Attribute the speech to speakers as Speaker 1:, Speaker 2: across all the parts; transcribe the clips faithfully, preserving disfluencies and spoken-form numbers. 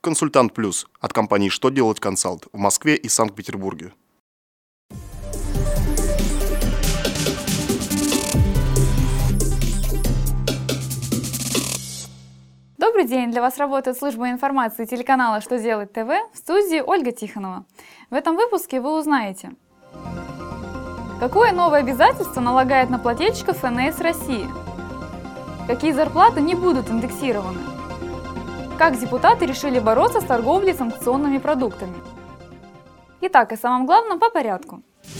Speaker 1: «Консультант Плюс» от компании «Что делать консалт» в Москве и Санкт-Петербурге.
Speaker 2: Добрый день! Для вас работает служба информации телеканала «Что делать ТВ», в студии Ольга Тихонова. В этом выпуске вы узнаете: какое новое обязательство налагает на плательщиков эн эс России? Какие зарплаты не будут индексированы? Как депутаты решили бороться с торговлей санкционными продуктами? Итак, о самом главном по порядку.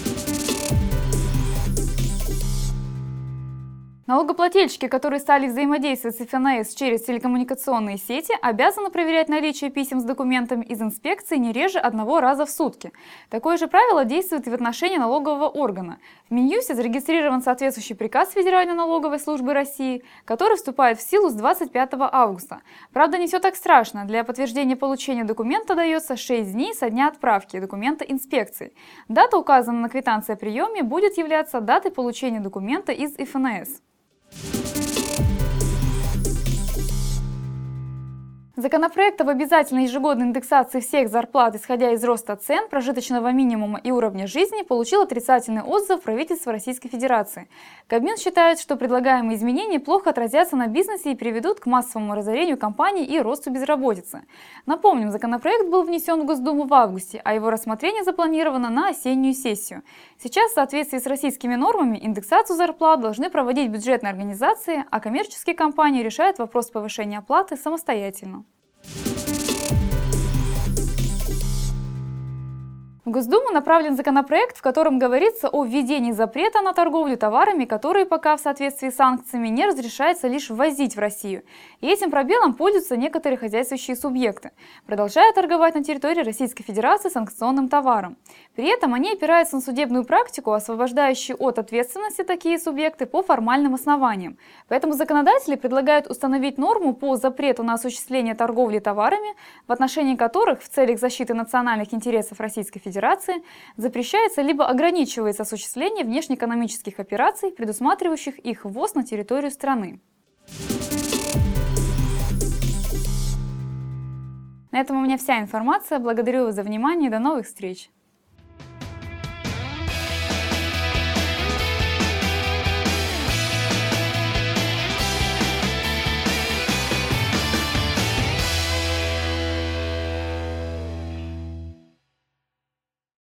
Speaker 2: Налогоплательщики, которые стали взаимодействовать с эф эн эс через телекоммуникационные сети, обязаны проверять наличие писем с документами из инспекции не реже одного раза в сутки. Такое же правило действует и в отношении налогового органа. В Минюсте зарегистрирован соответствующий приказ Федеральной налоговой службы России, который вступает в силу с двадцать пятого августа. Правда, не все так страшно. Для подтверждения получения документа дается шесть дней со дня отправки документа инспекции. Дата, указанная на квитанции о приеме, будет являться датой получения документа из эф эн эс. Законопроект об обязательной ежегодной индексации всех зарплат, исходя из роста цен, прожиточного минимума и уровня жизни, получил отрицательный отзыв правительства Российской Федерации. Кабмин считает, что предлагаемые изменения плохо отразятся на бизнесе и приведут к массовому разорению компаний и росту безработицы. Напомним, законопроект был внесен в Госдуму в августе, а его рассмотрение запланировано на осеннюю сессию. Сейчас, в соответствии с российскими нормами, индексацию зарплат должны проводить бюджетные организации, а коммерческие компании решают вопрос повышения оплаты самостоятельно. В Госдуму направлен законопроект, в котором говорится о введении запрета на торговлю товарами, которые пока в соответствии с санкциями не разрешается лишь ввозить в Россию. И этим пробелом пользуются некоторые хозяйствующие субъекты, продолжая торговать на территории Российской Федерации санкционным товаром. При этом они опираются на судебную практику, освобождающую от ответственности такие субъекты по формальным основаниям. Поэтому законодатели предлагают установить норму по запрету на осуществление торговли товарами, в отношении которых в целях защиты национальных интересов Российской Федерации запрещается либо ограничивается осуществление внешнеэкономических операций, предусматривающих их ввоз на территорию страны. На этом у меня вся информация. Благодарю вас за внимание и до новых встреч!